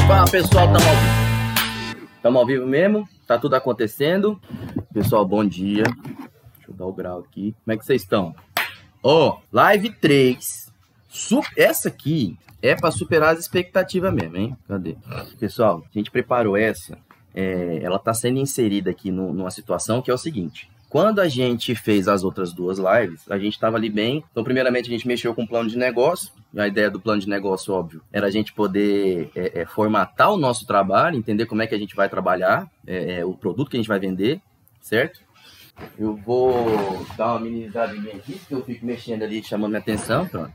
Fala pessoal, tamo ao vivo. Tamo ao vivo mesmo, tá tudo acontecendo. Pessoal, bom dia. Deixa eu dar o grau aqui. Como é que vocês estão? Ó, live 3. Essa aqui é pra superar as expectativas mesmo, hein? Cadê? Pessoal, a gente preparou essa. Ela tá sendo inserida aqui numa situação que é o seguinte. Quando a gente fez as outras duas lives, a gente estava ali bem. Então, primeiramente, a gente mexeu com o plano de negócio. A ideia do plano de negócio, óbvio, era a gente poder formatar o nosso trabalho, entender como é que a gente vai trabalhar, o produto que a gente vai vender, certo? Eu vou dar uma minimizadinha aqui, porque eu fico mexendo ali, chamando minha atenção. Pronto.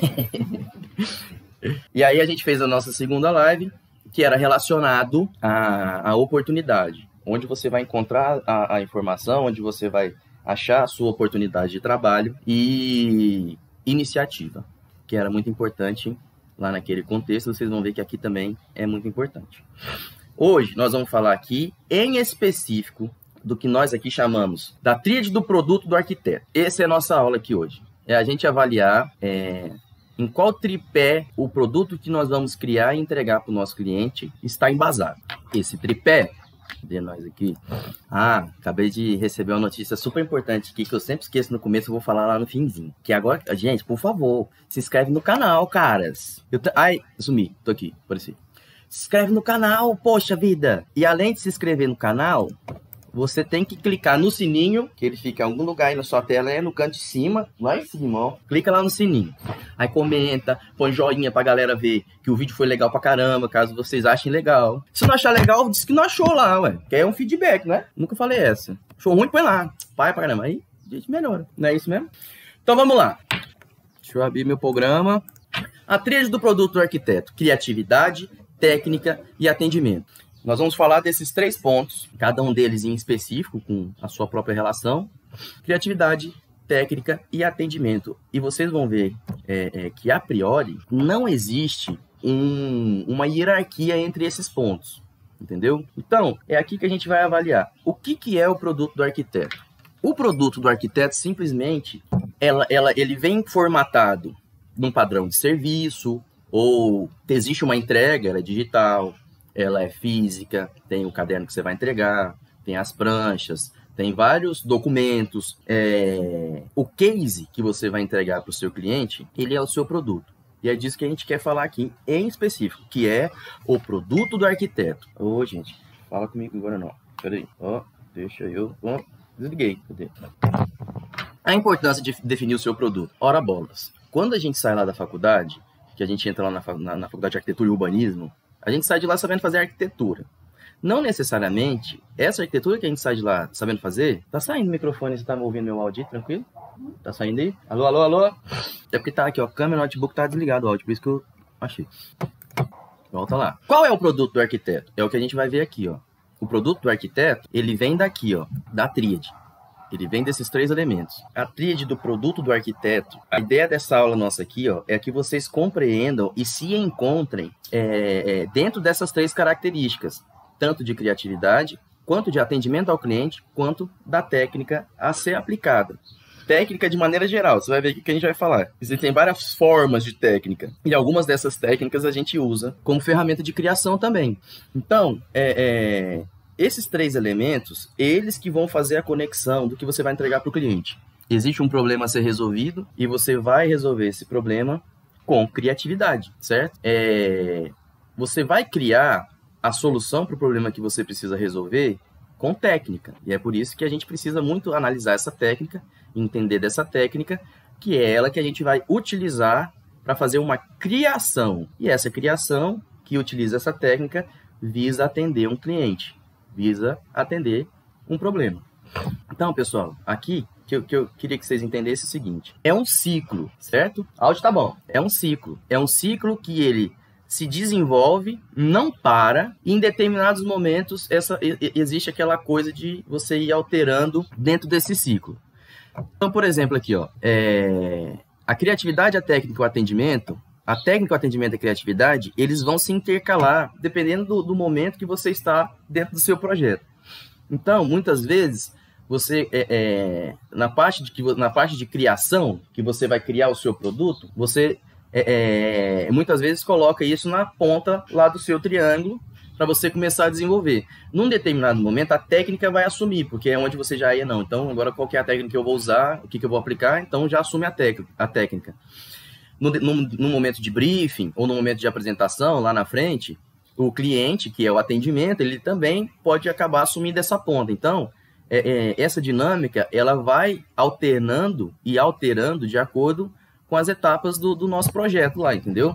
E aí, a gente fez a nossa segunda live, que era relacionado à oportunidade. Onde você vai encontrar a informação, onde você vai achar a sua oportunidade de trabalho e iniciativa, que era muito importante lá naquele contexto. Vocês vão ver que aqui também é muito importante. Hoje nós vamos falar aqui em específico do que nós aqui chamamos da tríade do produto do arquiteto. Essa é a nossa aula aqui hoje. É a gente avaliar em qual tripé o produto que nós vamos criar e entregar para o nosso cliente está embasado. Esse tripé... de nós aqui. Acabei de receber uma notícia super importante aqui, que eu sempre esqueço no começo, eu vou falar lá no finzinho. Que agora, gente, por favor, se inscreve no canal, caras. Ai, sumi, tô aqui, apareci. Se inscreve no canal, poxa vida. E além de se inscrever no canal, você tem que clicar no sininho, que ele fica em algum lugar aí na sua tela, no canto de cima, lá em cima, ó. Clica lá no sininho. Aí comenta, põe joinha pra galera ver que o vídeo foi legal pra caramba, caso vocês achem legal. Se não achar legal, diz que não achou lá, ué. Que é um feedback, né? Nunca falei essa. Achou ruim, põe lá. Pai pra caramba. Aí a gente melhora. Não é isso mesmo? Então vamos lá. Deixa eu abrir meu programa. A tríade do produto do arquiteto: criatividade, técnica e atendimento. Nós vamos falar desses 3 pontos, cada um deles em específico, com a sua própria relação: criatividade, técnica e atendimento. E vocês vão ver que, a priori, não existe uma hierarquia entre esses pontos, entendeu? Então, é aqui que a gente vai avaliar. O que é o produto do arquiteto? O produto do arquiteto, simplesmente, ele vem formatado num padrão de serviço, ou existe uma entrega, ela é digital, ela é física, tem o caderno que você vai entregar, tem as pranchas, tem vários documentos. O case que você vai entregar para o seu cliente, ele é o seu produto. E é disso que a gente quer falar aqui em específico, que é o produto do arquiteto. Ô, gente, fala comigo agora não. Peraí, deixa eu... desliguei. Cadê? A importância de definir o seu produto. Ora bolas. Quando a gente sai lá da faculdade, que a gente entra lá na faculdade de arquitetura e urbanismo, a gente sai de lá sabendo fazer arquitetura. Não necessariamente, essa arquitetura que a gente sai de lá sabendo fazer... Tá saindo o microfone, você tá me ouvindo meu áudio, tranquilo? Tá saindo aí? Alô, alô, alô? É porque tá aqui, ó, câmera, notebook tá desligado o áudio, por isso que eu achei. Volta lá. Qual é o produto do arquiteto? É o que a gente vai ver aqui, ó. O produto do arquiteto, ele vem daqui, ó, da tríade. Ele vem desses 3 elementos. A tríade do produto do arquiteto, a ideia dessa aula nossa aqui, ó, é que vocês compreendam e se encontrem dentro dessas 3 características, tanto de criatividade, quanto de atendimento ao cliente, quanto da técnica a ser aplicada. Técnica de maneira geral, você vai ver o que a gente vai falar. Existem várias formas de técnica, e algumas dessas técnicas a gente usa como ferramenta de criação também. Então, esses 3 elementos, eles que vão fazer a conexão do que você vai entregar para o cliente. Existe um problema a ser resolvido e você vai resolver esse problema com criatividade, certo? Você vai criar a solução para o problema que você precisa resolver com técnica. E é por isso que a gente precisa muito analisar essa técnica, entender dessa técnica, que é ela que a gente vai utilizar para fazer uma criação. E essa criação que utiliza essa técnica visa atender um cliente, visa atender um problema. Então, pessoal, aqui que eu queria que vocês entendessem o seguinte: é um ciclo, certo? Áudio tá bom. É um ciclo. É um ciclo que ele se desenvolve, não para, e em determinados momentos existe aquela coisa de você ir alterando dentro desse ciclo. Então, por exemplo, aqui, ó, a criatividade, a técnica e o atendimento, a técnica, o atendimento e a criatividade, eles vão se intercalar dependendo do momento que você está dentro do seu projeto. Então, muitas vezes, você, na parte de criação, que você vai criar o seu produto, você muitas vezes coloca isso na ponta lá do seu triângulo para você começar a desenvolver. Num determinado momento, a técnica vai assumir, porque é onde você já ia, não. Então, agora qual que é a técnica que eu vou usar, o que eu vou aplicar, então já assume a técnica. No momento de briefing ou no momento de apresentação, lá na frente, o cliente, que é o atendimento, ele também pode acabar assumindo essa ponta. Então, essa dinâmica, ela vai alternando e alterando de acordo com as etapas do nosso projeto lá, entendeu?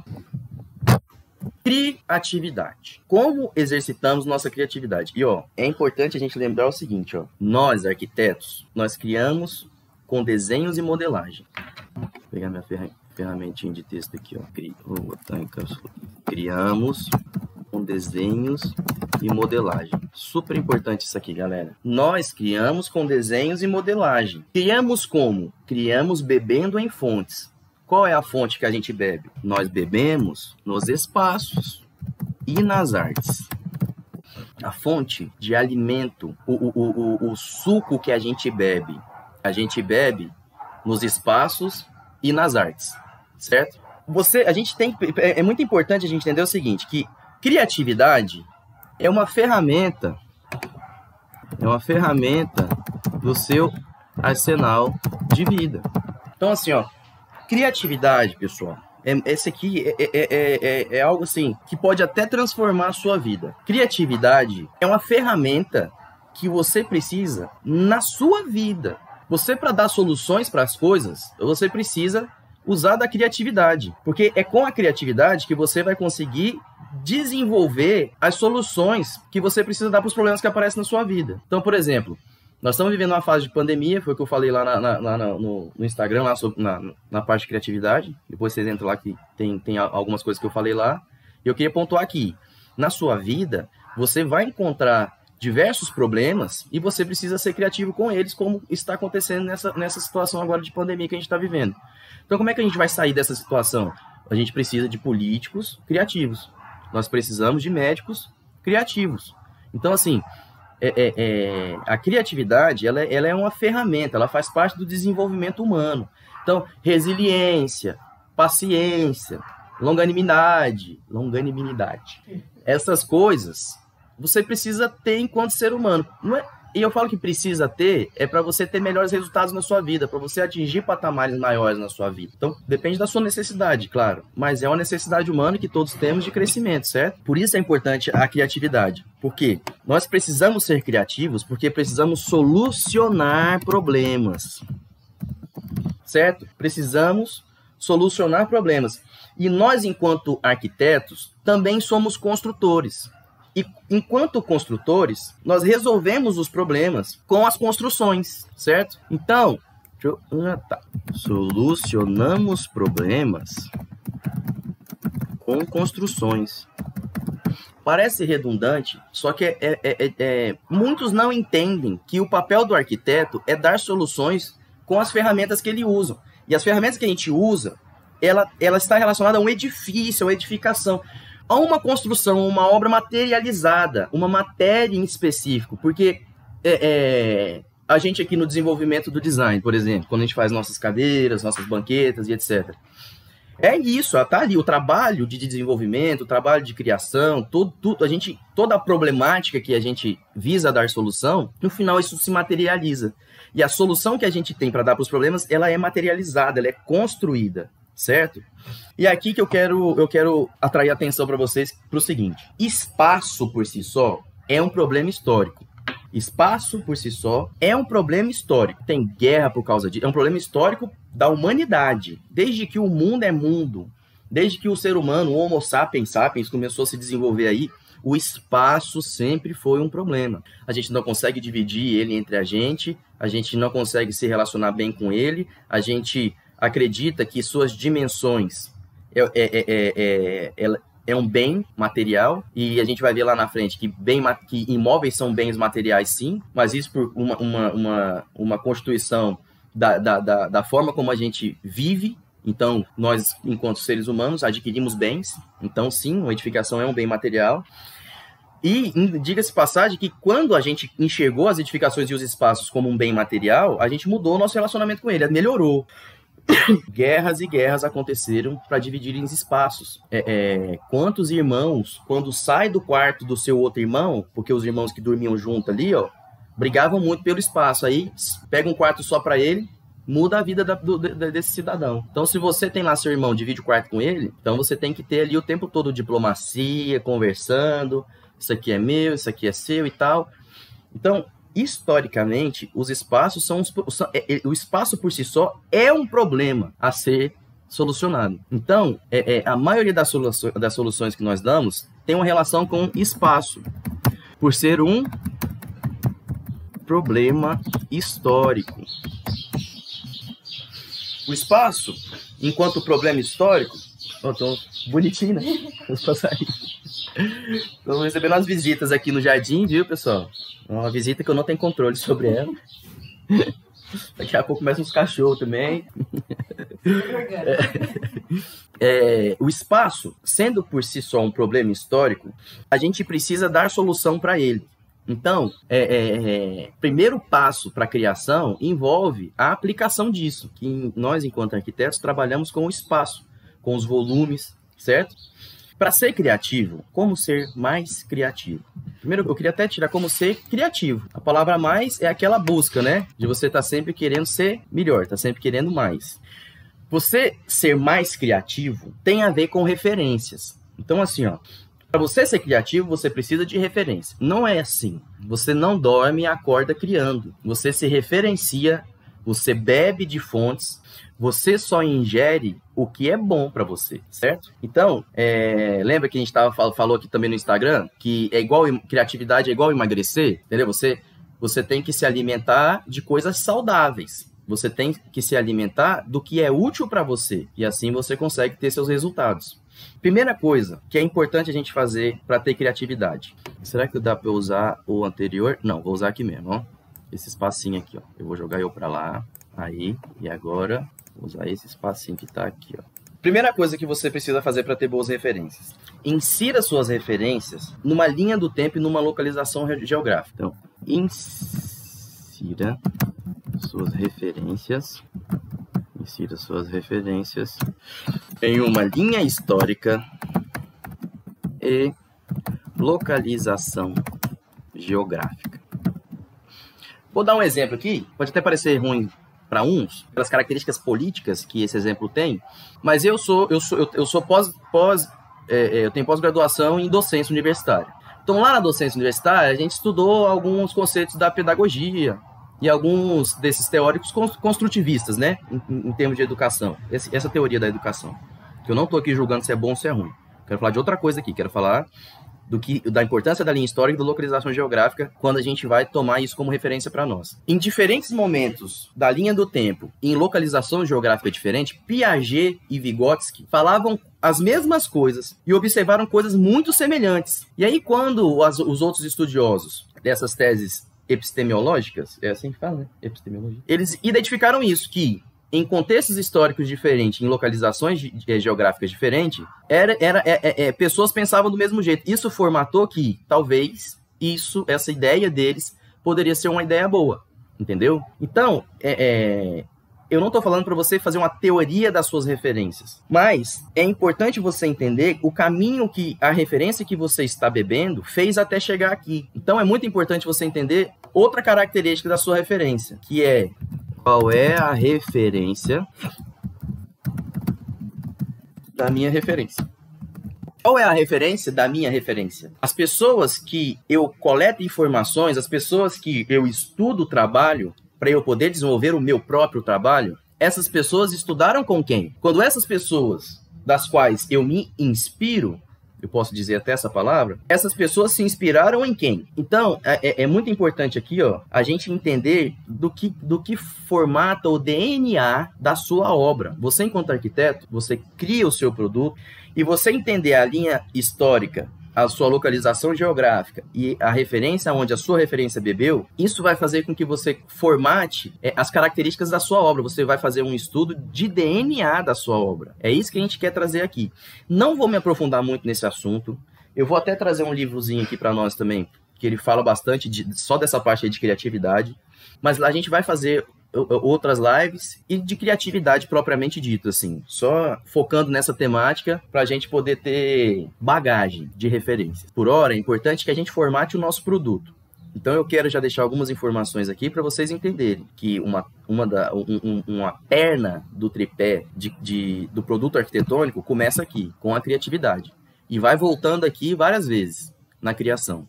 Criatividade. Como exercitamos nossa criatividade? E, é importante a gente lembrar o seguinte, nós, arquitetos, nós criamos com desenhos e modelagem. Vou pegar minha ferramentinha de texto aqui, vou botar em cápsula. Criamos com desenhos e modelagem. Super importante isso aqui, galera. Nós criamos com desenhos e modelagem. Criamos como? Criamos bebendo em fontes. Qual é a fonte que a gente bebe? Nós bebemos nos espaços e nas artes. A fonte de alimento, o suco que a gente bebe nos espaços e nas artes, certo? É muito importante a gente entender o seguinte, que criatividade é uma ferramenta do seu arsenal de vida. Então, assim, criatividade, pessoal, esse aqui é algo assim que pode até transformar a sua vida. Criatividade é uma ferramenta que você precisa na sua vida. Você, para dar soluções para as coisas, você precisa usar da criatividade, porque é com a criatividade que você vai conseguir desenvolver as soluções que você precisa dar para os problemas que aparecem na sua vida. Então, por exemplo, nós estamos vivendo uma fase de pandemia, foi o que eu falei lá no Instagram, lá na parte de criatividade. Depois vocês entram lá que tem algumas coisas que eu falei lá. E eu queria pontuar aqui, na sua vida, você vai encontrar diversos problemas e você precisa ser criativo com eles, como está acontecendo nessa situação agora de pandemia que a gente está vivendo. Então, como é que a gente vai sair dessa situação? A gente precisa de políticos criativos. Nós precisamos de médicos criativos. Então, assim, a criatividade, ela é uma ferramenta, ela faz parte do desenvolvimento humano. Então, resiliência, paciência, longanimidade. Essas coisas você precisa ter enquanto ser humano. E eu falo que precisa ter, para você ter melhores resultados na sua vida, para você atingir patamares maiores na sua vida. Então, depende da sua necessidade, claro. Mas é uma necessidade humana que todos temos de crescimento, certo? Por isso é importante a criatividade. Por quê? Nós precisamos ser criativos porque precisamos solucionar problemas. Certo? Precisamos solucionar problemas. E nós, enquanto arquitetos, também somos construtores. E, enquanto construtores, nós resolvemos os problemas com as construções, certo? Então, solucionamos problemas com construções. Parece redundante, só que muitos não entendem que o papel do arquiteto é dar soluções com as ferramentas que ele usa. E as ferramentas que a gente usa, ela está relacionada a um edifício, a uma edificação, a uma construção, uma obra materializada, uma matéria em específico, porque a gente aqui no desenvolvimento do design, por exemplo, quando a gente faz nossas cadeiras, nossas banquetas e etc. É isso, tá ali o trabalho de desenvolvimento, o trabalho de criação, toda a problemática que a gente visa dar solução, no final isso se materializa. E a solução que a gente tem para dar para os problemas, ela é materializada, ela é construída. Certo? E aqui que eu quero atrair a atenção para vocês para o seguinte: espaço por si só é um problema histórico. Espaço por si só é um problema histórico. Tem guerra por causa disso. É um problema histórico da humanidade. Desde que o mundo é mundo, desde que o ser humano, o Homo sapiens sapiens, começou a se desenvolver aí, o espaço sempre foi um problema. A gente não consegue dividir ele entre a gente não consegue se relacionar bem com ele, a gente acredita que suas dimensões é um bem material, e a gente vai ver lá na frente que imóveis são bens materiais, sim, mas isso por uma constituição da forma como a gente vive. Então, nós, enquanto seres humanos, adquirimos bens. Então, sim, uma edificação é um bem material. E diga-se passagem que quando a gente enxergou as edificações e os espaços como um bem material, a gente mudou o nosso relacionamento com ele, melhorou. Guerras e guerras aconteceram para dividirem os espaços. Quantos irmãos, quando sai do quarto do seu outro irmão, porque os irmãos que dormiam junto ali, ó, brigavam muito pelo espaço. Aí pega um quarto só para ele, muda a vida desse cidadão. Então, se você tem lá seu irmão, divide o quarto com ele, então você tem que ter ali o tempo todo diplomacia, conversando, isso aqui é meu, isso aqui é seu e tal. Então, historicamente, os espaços o espaço por si só é um problema a ser solucionado. Então, a maioria das soluções que nós damos tem uma relação com espaço, por ser um problema histórico. O espaço, enquanto problema histórico... tô bonitinho, né? Estou recebendo as visitas aqui no jardim, viu, pessoal? Uma visita que eu não tenho controle sobre ela. Daqui a pouco começam os cachorros também. O espaço, sendo por si só um problema histórico, a gente precisa dar solução para ele. Então, primeiro passo para a criação envolve a aplicação disso, que nós, enquanto arquitetos, trabalhamos com o espaço, com os volumes, certo? Para ser criativo, como ser mais criativo? Primeiro, eu queria até tirar como ser criativo. A palavra mais é aquela busca, né? De você estar sempre querendo ser melhor, estar sempre querendo mais. Você ser mais criativo tem a ver com referências. Então, assim, ó, para você ser criativo, você precisa de referência. Não é assim. Você não dorme e acorda criando. Você se referencia, você bebe de fontes, você só ingere o que é bom para você, certo? Então, lembra que a gente falou aqui também no Instagram que criatividade é igual emagrecer, entendeu? Você tem que se alimentar de coisas saudáveis. Você tem que se alimentar do que é útil para você. E assim você consegue ter seus resultados. Primeira coisa que é importante a gente fazer para ter criatividade. Será que dá para eu usar o anterior? Não, vou usar aqui mesmo, ó. Esse espacinho aqui, ó. Eu vou jogar eu para lá. Aí, e agora, vou usar esse espacinho que está aqui, ó. Primeira coisa que você precisa fazer para ter boas referências. Insira suas referências numa linha do tempo e numa localização geográfica. Então, insira suas referências em uma linha histórica e localização geográfica. Vou dar um exemplo aqui, pode até parecer ruim para uns, pelas características políticas que esse exemplo tem, mas eu tenho pós-graduação em docência universitária. Então, lá na docência universitária, a gente estudou alguns conceitos da pedagogia e alguns desses teóricos construtivistas, né, em termos de educação, essa teoria da educação. Que eu não estou aqui julgando se é bom ou se é ruim. Quero falar de outra coisa aqui, quero falar da importância da linha histórica e da localização geográfica quando a gente vai tomar isso como referência para nós. Em diferentes momentos da linha do tempo, em localização geográfica diferente, Piaget e Vygotsky falavam as mesmas coisas e observaram coisas muito semelhantes. E aí, quando os outros estudiosos dessas teses epistemológicas, é assim que fala, né? Epistemologia. Eles identificaram isso, que em contextos históricos diferentes, em localizações geográficas diferentes, pessoas pensavam do mesmo jeito. Isso formatou que, talvez, essa ideia deles poderia ser uma ideia boa, entendeu? Então, eu não estou falando para você fazer uma teoria das suas referências, mas é importante você entender o caminho que a referência que você está bebendo fez até chegar aqui. Então, é muito importante você entender outra característica da sua referência, que é... Qual é a referência da minha referência? Qual é a referência da minha referência? As pessoas que eu coleto informações, as pessoas que eu estudo o trabalho para eu poder desenvolver o meu próprio trabalho, essas pessoas estudaram com quem? Quando essas pessoas das quais eu me inspiro, eu posso dizer até essa palavra, essas pessoas se inspiraram em quem? Então, é muito importante aqui, ó, a gente entender do que formata o DNA da sua obra. Você, enquanto arquiteto, você cria o seu produto e você entender a linha histórica, a sua localização geográfica e a referência onde a sua referência bebeu, isso vai fazer com que você formate as características da sua obra. Você vai fazer um estudo de DNA da sua obra. É isso que a gente quer trazer aqui. Não vou me aprofundar muito nesse assunto. Eu vou até trazer um livrozinho aqui para nós também, que ele fala bastante só dessa parte aí de criatividade. Mas a gente vai fazer outras lives e de criatividade propriamente dita, assim. Só focando nessa temática para a gente poder ter bagagem de referências. Por hora, é importante que a gente formate o nosso produto. Então eu quero já deixar algumas informações aqui para vocês entenderem que uma perna do tripé do produto arquitetônico começa aqui, com a criatividade. E vai voltando aqui várias vezes na criação.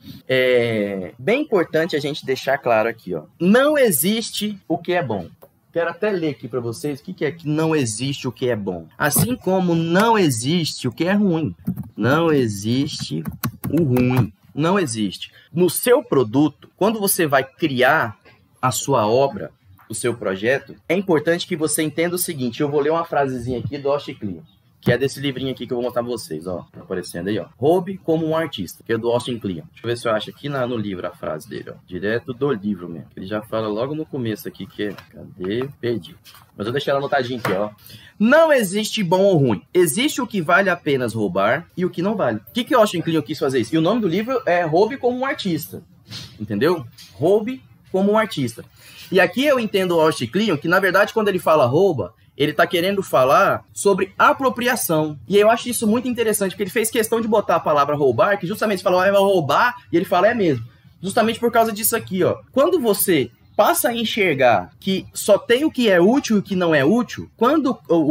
É bem importante a gente deixar claro aqui, ó. Não existe o que é bom. Quero até ler aqui para vocês o que é que não existe o que é bom. Assim como não existe o que é ruim. Não existe o ruim. Não existe. No seu produto, quando você vai criar a sua obra, o seu projeto, é importante que você entenda o seguinte. Eu vou ler uma frasezinha aqui do Austin Kleon, que é desse livrinho aqui que eu vou mostrar pra vocês, ó. Tá aparecendo aí, ó. Roube como um artista, que é do Austin Kleon. Deixa eu ver se eu acho aqui no livro a frase dele, ó. Direto do livro mesmo. Ele já fala logo no começo aqui que é... Cadê? Perdi. Mas eu deixei ela anotadinha aqui, ó. Não existe bom ou ruim. Existe o que vale apenas roubar e o que não vale. O que o Austin Kleon quis fazer isso? E o nome do livro é Roube como um artista. Entendeu? Roube como um artista. E aqui eu entendo o Austin Kleon que, na verdade, quando ele fala rouba, ele está querendo falar sobre apropriação. E eu acho isso muito interessante, porque ele fez questão de botar a palavra roubar, que justamente fala, vai roubar, e ele fala, é mesmo. Justamente por causa disso aqui, ó. Quando você passa a enxergar que só tem o que é útil e o que não é útil, quando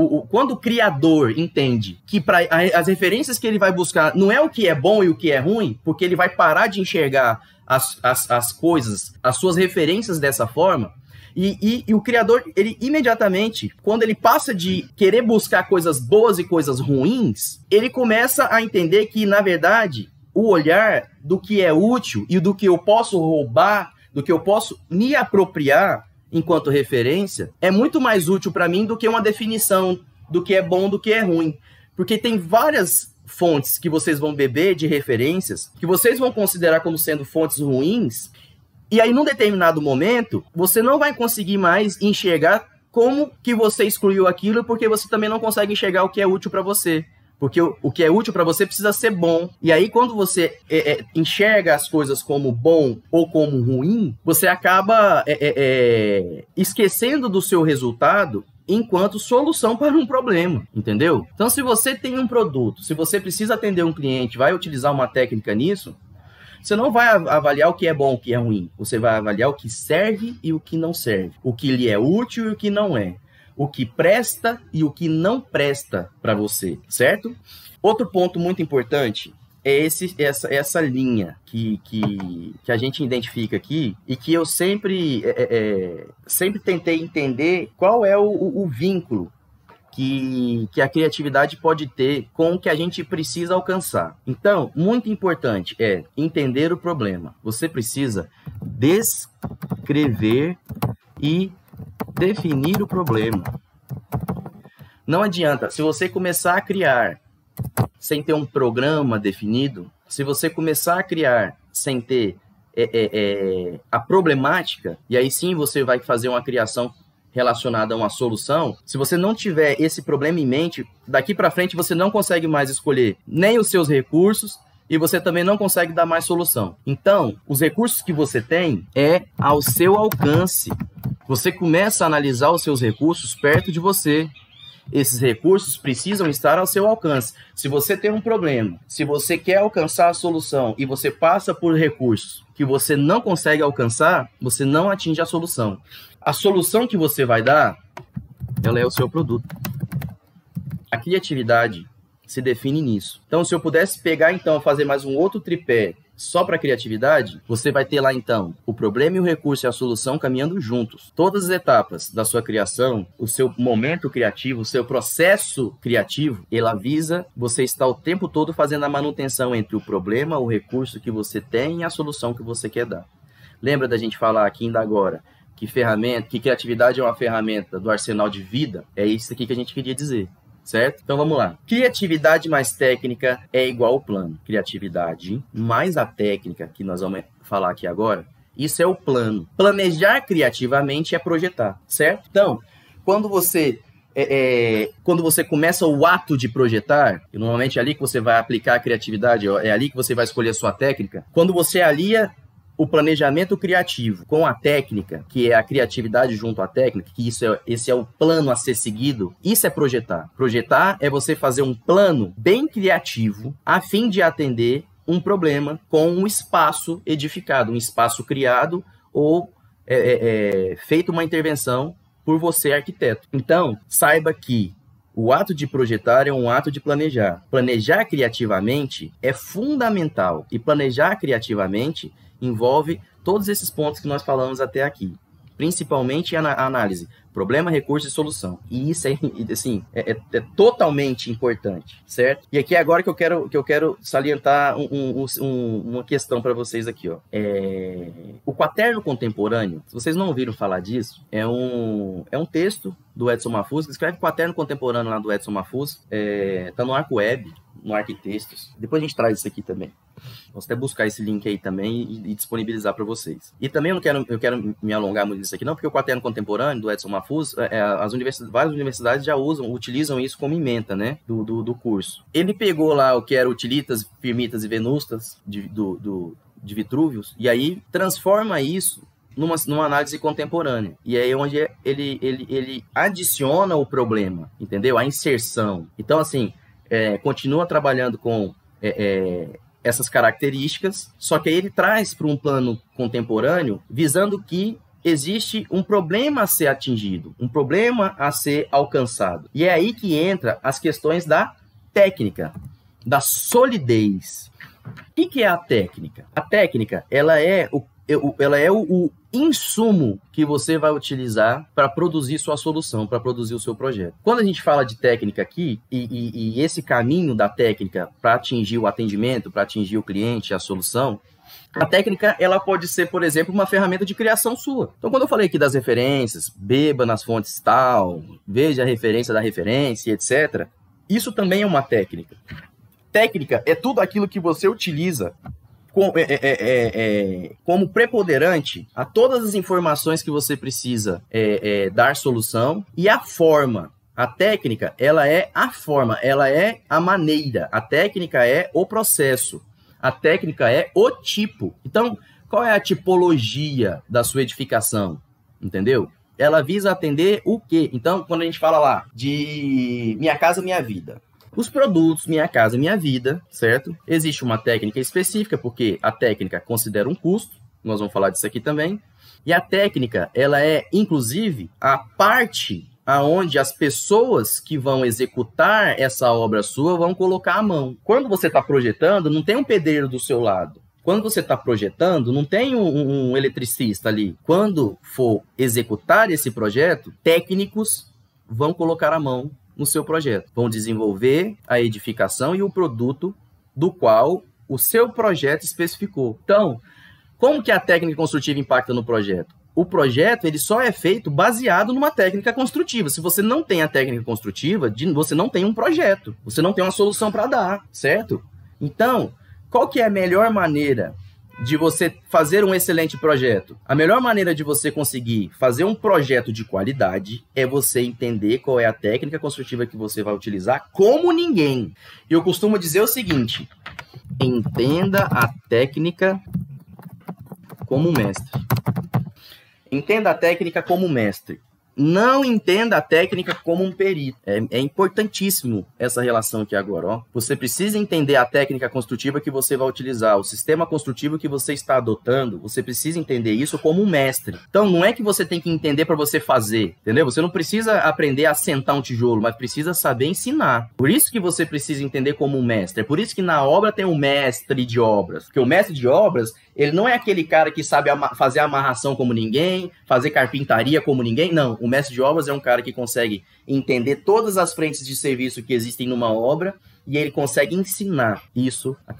o criador entende que as referências que ele vai buscar não é o que é bom e o que é ruim, porque ele vai parar de enxergar as coisas, as suas referências dessa forma, e o criador, ele imediatamente, quando ele passa de querer buscar coisas boas e coisas ruins, ele começa a entender que, na verdade, o olhar do que é útil e do que eu posso roubar, do que eu posso me apropriar enquanto referência, é muito mais útil para mim do que uma definição do que é bom, do que é ruim. Porque tem várias fontes que vocês vão beber de referências, que vocês vão considerar como sendo fontes ruins, e aí, num determinado momento, você não vai conseguir mais enxergar como que você excluiu aquilo, porque você também não consegue enxergar o que é útil para você. Porque o que é útil para você precisa ser bom. E aí, quando você enxerga as coisas como bom ou como ruim, você acaba esquecendo do seu resultado enquanto solução para um problema, entendeu? Então, se você tem um produto, se você precisa atender um cliente, vai utilizar uma técnica nisso, você não vai avaliar o que é bom, o que é ruim. Você vai avaliar o que serve e o que não serve. O que lhe é útil e o que não é. O que presta e o que não presta para você, certo? Outro ponto muito importante é essa linha que a gente identifica aqui e que eu sempre tentei entender qual é o vínculo que a criatividade pode ter com o que a gente precisa alcançar. Então, muito importante é entender o problema. Você precisa descrever e definir o problema. Não adianta, se você começar a criar sem ter um programa definido, se você começar a criar sem ter a problemática, e aí sim você vai fazer uma criação relacionada a uma solução, se você não tiver esse problema em mente, daqui para frente você não consegue mais escolher nem os seus recursos e você também não consegue dar mais solução. Então, os recursos que você tem é ao seu alcance. Você começa a analisar os seus recursos perto de você. Esses recursos precisam estar ao seu alcance. Se você tem um problema, se você quer alcançar a solução e você passa por recursos que você não consegue alcançar, você não atinge a solução. A solução que você vai dar, ela é o seu produto. A criatividade se define nisso. Então, se eu pudesse pegar, então, fazer mais um outro tripé só para criatividade, você vai ter lá, então, o problema e o recurso e a solução caminhando juntos. Todas as etapas da sua criação, o seu momento criativo, o seu processo criativo, ele avisa você estar o tempo todo fazendo a manutenção entre o problema, o recurso que você tem e a solução que você quer dar. Lembra da gente falar aqui ainda agora que criatividade é uma ferramenta do arsenal de vida? É isso aqui que a gente queria dizer. Certo? Então vamos lá. Criatividade mais técnica é igual ao plano. Criatividade mais a técnica, que nós vamos falar aqui agora, isso é o plano. Planejar criativamente é projetar, certo? Então, quando você começa o ato de projetar, e normalmente é ali que você vai aplicar a criatividade, é ali que você vai escolher a sua técnica, quando você alia o planejamento criativo com a técnica, que é a criatividade junto à técnica, que esse é o plano a ser seguido, isso é projetar. Projetar é você fazer um plano bem criativo a fim de atender um problema com um espaço edificado, um espaço criado ou feito uma intervenção por você, arquiteto. Então, saiba que o ato de projetar é um ato de planejar. Planejar criativamente é fundamental. E planejar criativamente envolve todos esses pontos que nós falamos até aqui. Principalmente a análise. Problema, recurso e solução. E isso assim, é totalmente importante, certo? E aqui é agora que eu quero salientar uma questão para vocês aqui, ó. O quaterno contemporâneo, se vocês não ouviram falar disso, é um texto do Edson Mafuz, que escreve o quaterno contemporâneo lá do Edson Mafuz, tá no Arco Web, no Arquitextos. Depois a gente traz isso aqui também. Posso até buscar esse link aí também e disponibilizar para vocês. E também eu quero me alongar muito nisso aqui, não, porque o quaterno contemporâneo do Edson Mafuz, várias universidades já utilizam isso como ementa, né, do curso. Ele pegou lá o que era utilitas, firmitas e venustas de Vitrúvios, e aí transforma isso numa análise contemporânea. E aí é onde ele adiciona o problema, entendeu? A inserção. Então, assim, continua trabalhando com essas características, só que aí ele traz para um plano contemporâneo, visando que existe um problema a ser atingido, um problema a ser alcançado. E é aí que entra as questões da técnica, da solidez. O que é a técnica? A técnica, ela é o insumo que você vai utilizar para produzir sua solução, para produzir o seu projeto. Quando a gente fala de técnica aqui, e esse caminho da técnica para atingir o atendimento, para atingir o cliente, a solução, a técnica, ela pode ser, por exemplo, uma ferramenta de criação sua. Então, quando eu falei aqui das referências, beba nas fontes tal, veja a referência da referência, etc., isso também é uma técnica. Técnica é tudo aquilo que você utiliza como preponderante a todas as informações que você precisa dar solução, e a forma. A técnica, ela é a forma, ela é a maneira. A técnica é o processo. A técnica é o tipo. Então, qual é a tipologia da sua edificação? Entendeu? Ela visa atender o quê? Então, quando a gente fala lá de Minha Casa Minha Vida, os produtos Minha Casa Minha Vida, certo? Existe uma técnica específica, porque a técnica considera um custo, nós vamos falar disso aqui também, e a técnica, ela é, inclusive, a parte aonde as pessoas que vão executar essa obra sua vão colocar a mão. Quando você está projetando, não tem um pedreiro do seu lado. Quando você está projetando, não tem um eletricista ali. Quando for executar esse projeto, técnicos vão colocar a mão no seu projeto. Vão desenvolver a edificação e o produto do qual o seu projeto especificou. Então, como que a técnica construtiva impacta no projeto? O projeto, ele só é feito baseado numa técnica construtiva. Se você não tem a técnica construtiva, você não tem um projeto. Você não tem uma solução para dar, certo? Então, qual que é a melhor maneira de você fazer um excelente projeto? A melhor maneira de você conseguir fazer um projeto de qualidade é você entender qual é a técnica construtiva que você vai utilizar como ninguém. Eu costumo dizer o seguinte: entenda a técnica como mestre. Entenda a técnica como mestre. Não entenda a técnica como um perito. É importantíssimo essa relação aqui agora. Ó. Você precisa entender a técnica construtiva que você vai utilizar, o sistema construtivo que você está adotando. Você precisa entender isso como um mestre. Então, não é que você tem que entender para você fazer, entendeu? Você não precisa aprender a sentar um tijolo, mas precisa saber ensinar. Por isso que você precisa entender como um mestre. É por isso que na obra tem um mestre de obras. Porque o mestre de obras, ele não é aquele cara que sabe fazer amarração como ninguém, fazer carpintaria como ninguém. Não, o mestre de obras é um cara que consegue entender todas as frentes de serviço que existem numa obra e ele consegue ensinar isso a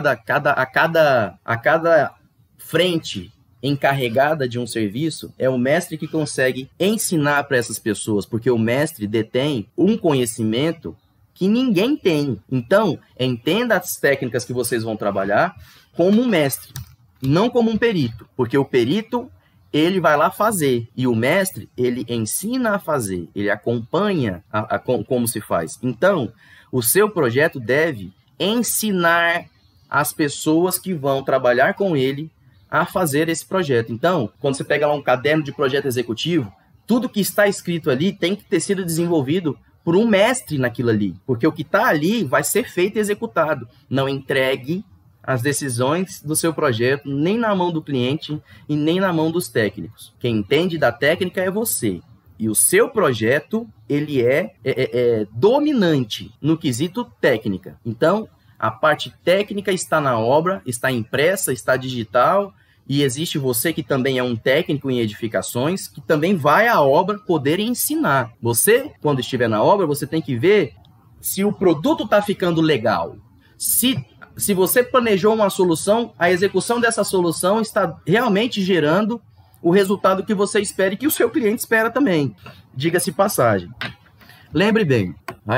cada frente encarregada de um serviço. É o mestre que consegue ensinar para essas pessoas, porque o mestre detém um conhecimento que ninguém tem. Então, entenda as técnicas que vocês vão trabalhar como um mestre, não como um perito, porque o perito, ele vai lá fazer, e o mestre, ele ensina a fazer, ele acompanha como se faz. Então, o seu projeto deve ensinar as pessoas que vão trabalhar com ele a fazer esse projeto. Então, quando você pega lá um caderno de projeto executivo, tudo que está escrito ali tem que ter sido desenvolvido por um mestre naquilo ali, porque o que está ali vai ser feito e executado. Não entregue as decisões do seu projeto nem na mão do cliente e nem na mão dos técnicos. Quem entende da técnica é você. E o seu projeto, ele é dominante no quesito técnica. Então, a parte técnica está na obra, está impressa, está digital, e existe você que também é um técnico em edificações, que também vai à obra poder ensinar. Você, quando estiver na obra, você tem que ver se o produto está ficando legal. Se você planejou uma solução, a execução dessa solução está realmente gerando o resultado que você espera e que o seu cliente espera também. Diga-se passagem. Lembre bem,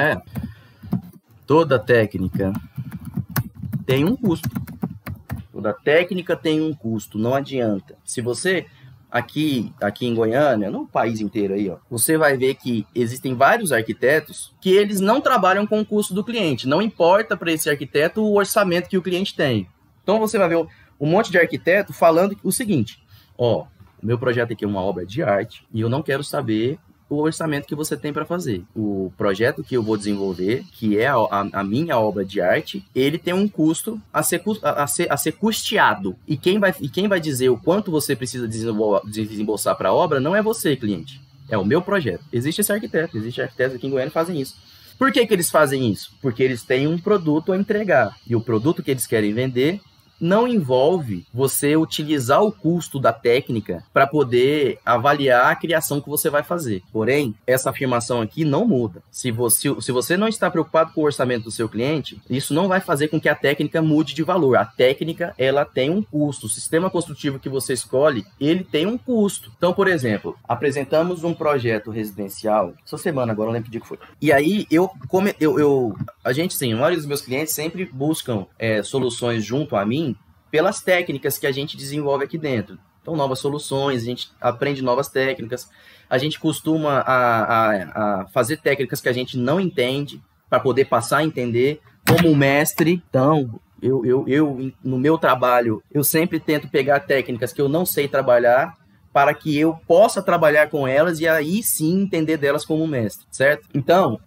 toda técnica tem um custo. Toda técnica tem um custo, não adianta. Se você, aqui em Goiânia, no país inteiro aí, ó, você vai ver que existem vários arquitetos que eles não trabalham com o custo do cliente. Não importa para esse arquiteto o orçamento que o cliente tem. Então você vai ver um monte de arquiteto falando o seguinte, ó, o meu projeto aqui é uma obra de arte e eu não quero saber o orçamento que você tem para fazer. O projeto que eu vou desenvolver, que é a minha obra de arte, ele tem um custo a ser custeado. E quem vai dizer o quanto você precisa desembolsar para a obra não é você, cliente. É o meu projeto. Existe arquitetos aqui em Goiânia que fazem isso. Por que eles fazem isso? Porque eles têm um produto a entregar. E o produto que eles querem vender não envolve você utilizar o custo da técnica para poder avaliar a criação que você vai fazer. Porém, essa afirmação aqui não muda. Se você não está preocupado com o orçamento do seu cliente, isso não vai fazer com que a técnica mude de valor. A técnica, ela tem um custo. O sistema construtivo que você escolhe, ele tem um custo. Então, por exemplo, apresentamos um projeto residencial, essa semana, agora não lembro que dia que foi. E aí, a maioria dos meus clientes sempre buscam soluções junto a mim pelas técnicas que a gente desenvolve aqui dentro. Então, novas soluções, a gente aprende novas técnicas, a gente costuma a fazer técnicas que a gente não entende, para poder passar a entender como um mestre. Então, eu no meu trabalho, eu sempre tento pegar técnicas que eu não sei trabalhar, para que eu possa trabalhar com elas e aí sim entender delas como mestre, certo? Então,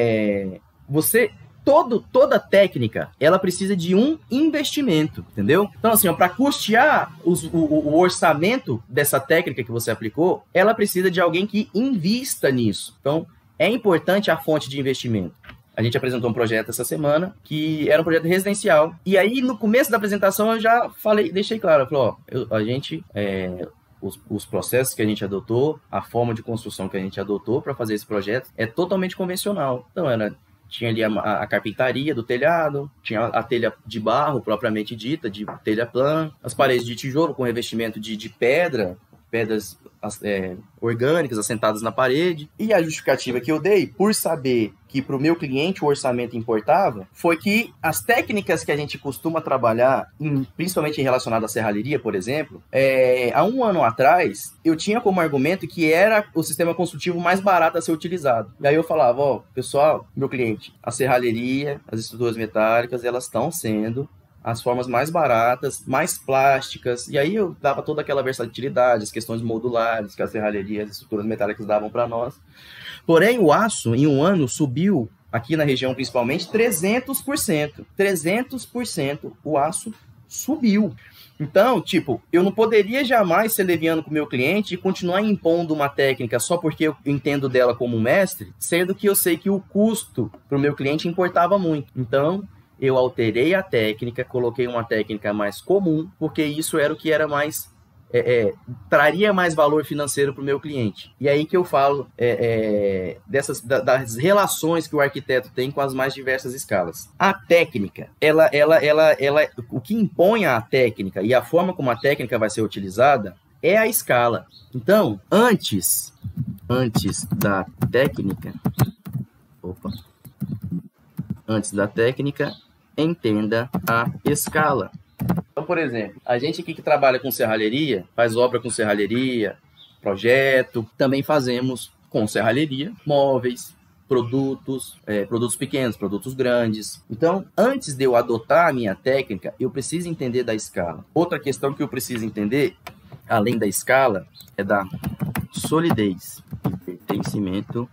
toda técnica, ela precisa de um investimento, entendeu? Então, assim, para custear o orçamento dessa técnica que você aplicou, ela precisa de alguém que invista nisso. Então, é importante a fonte de investimento. A gente apresentou um projeto essa semana, que era um projeto residencial. E aí, no começo da apresentação, eu já deixei claro, os processos que a gente adotou, a forma de construção que a gente adotou para fazer esse projeto é totalmente convencional. Então, tinha ali a carpintaria do telhado, tinha a telha de barro propriamente dita, de telha plana, as paredes de tijolo com revestimento de pedras orgânicas assentadas na parede. E a justificativa que eu dei, por saber que para o meu cliente o orçamento importava, foi que as técnicas que a gente costuma trabalhar, principalmente relacionadas à serralheria, por exemplo, há um ano atrás, eu tinha como argumento que era o sistema construtivo mais barato a ser utilizado. E aí eu falava, pessoal, meu cliente, a serralheria, as estruturas metálicas, elas estão sendo as formas mais baratas, mais plásticas, e aí eu dava toda aquela versatilidade, as questões modulares que a serralheria, as estruturas metálicas davam para nós. Porém, o aço, em um ano, subiu, aqui na região principalmente, 300%. 300% o aço subiu. Então, eu não poderia jamais ser leviano com o meu cliente e continuar impondo uma técnica só porque eu entendo dela como mestre, sendo que eu sei que o custo para o meu cliente importava muito. Então, eu alterei a técnica, coloquei uma técnica mais comum, porque isso era o que era mais traria mais valor financeiro para o meu cliente. E aí que eu falo das relações que o arquiteto tem com as mais diversas escalas. A técnica, o que impõe a técnica e a forma como a técnica vai ser utilizada é a escala. Então, antes da técnica, entenda a escala. Então, por exemplo, a gente aqui que trabalha com serralheria, faz obra com serralheria, projeto, também fazemos com serralheria, móveis, produtos pequenos, produtos grandes. Então, antes de eu adotar a minha técnica, eu preciso entender da escala. Outra questão que eu preciso entender, além da escala, é da solidez e pertencimento,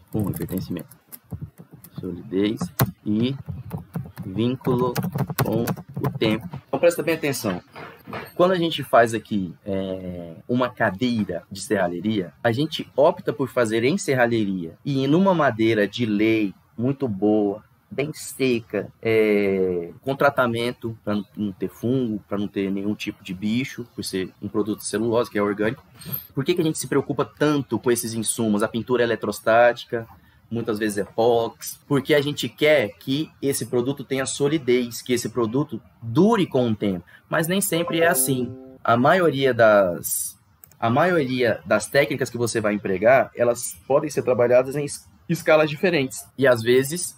solidez e vínculo com o tempo. Então, presta bem atenção. Quando a gente faz aqui uma cadeira de serralheria, a gente opta por fazer em serralheria e numa madeira de lei muito boa, bem seca, com tratamento para não ter fungo, para não ter nenhum tipo de bicho, por ser um produto de celulose, que é orgânico. Por que a gente se preocupa tanto com esses insumos? A pintura eletrostática, muitas vezes epox, porque a gente quer que esse produto tenha solidez, que esse produto dure com o tempo. Mas nem sempre é assim. A maioria das técnicas que você vai empregar, elas podem ser trabalhadas em escalas diferentes. E às vezes,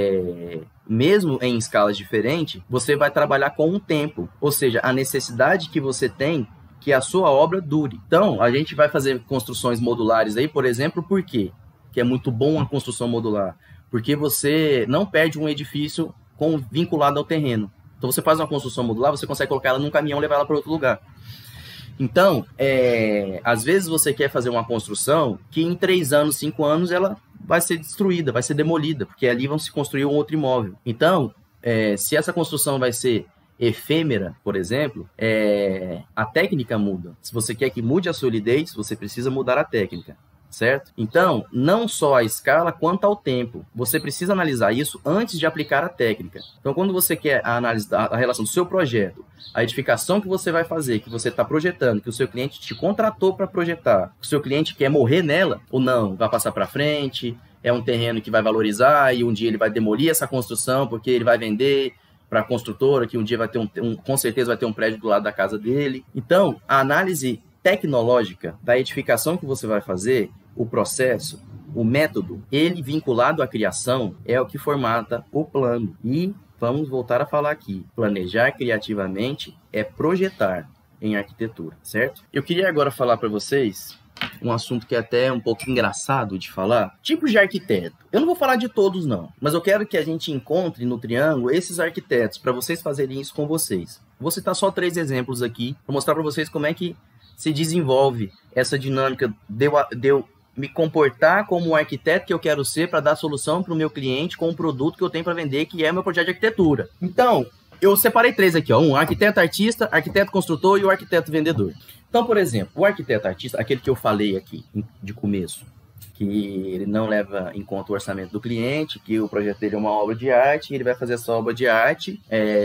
mesmo em escalas diferentes, você vai trabalhar com um tempo. Ou seja, a necessidade que você tem que a sua obra dure. Então, a gente vai fazer construções modulares aí, por exemplo, por quê? Que é muito bom a construção modular, porque você não perde um edifício vinculado ao terreno. Então, você faz uma construção modular, você consegue colocar ela num caminhão e levar ela para outro lugar. Então, às vezes você quer fazer uma construção que em 3 anos, 5 anos, ela vai ser destruída, vai ser demolida, porque ali vão se construir um outro imóvel. Então, se essa construção vai ser efêmera, por exemplo, a técnica muda. Se você quer que mude a solidez, você precisa mudar a técnica. Certo? Então, não só a escala, quanto ao tempo. Você precisa analisar isso antes de aplicar a técnica. Então, quando você quer analisar a relação do seu projeto, a edificação que você vai fazer, que você está projetando, que o seu cliente te contratou para projetar, que o seu cliente quer morrer nela ou não, vai passar para frente, é um terreno que vai valorizar e um dia ele vai demolir essa construção porque ele vai vender para a construtora, que um dia vai ter com certeza vai ter um prédio do lado da casa dele. Então, a análise tecnológica da edificação que você vai fazer, o processo, o método, ele vinculado à criação é o que formata o plano. E vamos voltar a falar aqui. Planejar criativamente é projetar em arquitetura, certo? Eu queria agora falar para vocês um assunto que é até um pouco engraçado de falar. Tipos de arquiteto. Eu não vou falar de todos, não. Mas eu quero que a gente encontre no Triângulo esses arquitetos para vocês fazerem isso com vocês. Vou citar só 3 exemplos aqui para mostrar para vocês como é que se desenvolve essa dinâmica de eu me comportar como o arquiteto que eu quero ser para dar solução para o meu cliente com o produto que eu tenho para vender, que é o meu projeto de arquitetura. Então, eu separei 3 aqui, ó. Um arquiteto artista, arquiteto construtor e o arquiteto vendedor. Então, por exemplo, o arquiteto artista, aquele que eu falei aqui de começo, que ele não leva em conta o orçamento do cliente, que o projeto dele é uma obra de arte, e ele vai fazer essa obra de arte,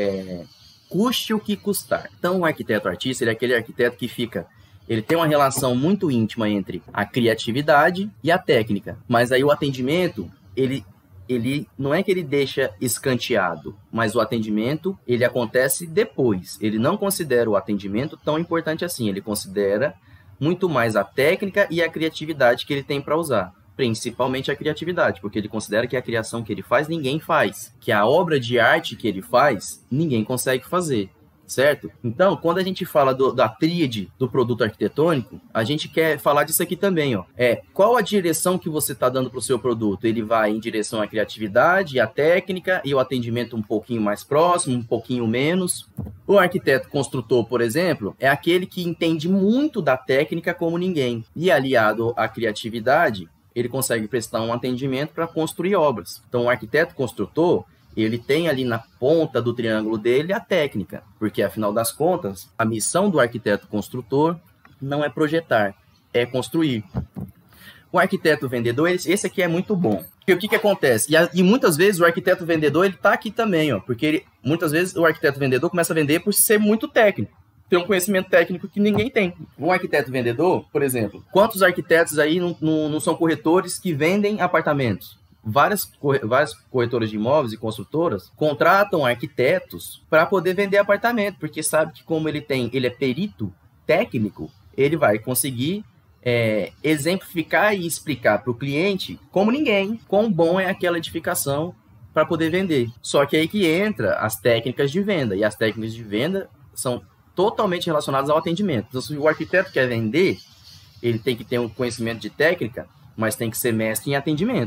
custe o que custar. Então, o arquiteto artista, ele é aquele arquiteto que ele tem uma relação muito íntima entre a criatividade e a técnica. Mas aí o atendimento, ele não é que ele deixa escanteado, mas o atendimento, ele acontece depois. Ele não considera o atendimento tão importante assim. Ele considera muito mais a técnica e a criatividade que ele tem para usar. Principalmente a criatividade, porque ele considera que a criação que ele faz, ninguém faz. Que a obra de arte que ele faz, ninguém consegue fazer. Certo? Então, quando a gente fala da tríade do produto arquitetônico, a gente quer falar disso aqui também, ó. Qual a direção que você está dando para o seu produto? Ele vai em direção à criatividade, à técnica e o atendimento um pouquinho mais próximo, um pouquinho menos. O arquiteto construtor, por exemplo, é aquele que entende muito da técnica como ninguém. E aliado à criatividade, ele consegue prestar um atendimento para construir obras. Então, o arquiteto construtor, ele tem ali na ponta do triângulo dele a técnica, porque, afinal das contas, a missão do arquiteto construtor não é projetar, é construir. O arquiteto vendedor, esse aqui é muito bom. Porque o que acontece? E muitas vezes o arquiteto vendedor, ele está aqui também, ó, porque muitas vezes o arquiteto vendedor começa a vender por ser muito técnico. Tem um conhecimento técnico que ninguém tem. Um arquiteto vendedor, por exemplo, quantos arquitetos aí não são corretores que vendem apartamentos? Várias corretoras de imóveis e construtoras contratam arquitetos para poder vender apartamento, porque sabe que como ele é perito técnico, ele vai conseguir exemplificar e explicar para o cliente como ninguém, quão bom é aquela edificação para poder vender. Só que aí que entra as técnicas de venda, e as técnicas de venda são totalmente relacionadas ao atendimento. Então, se o arquiteto quer vender, ele tem que ter um conhecimento de técnica, mas tem que ser mestre em atendimento.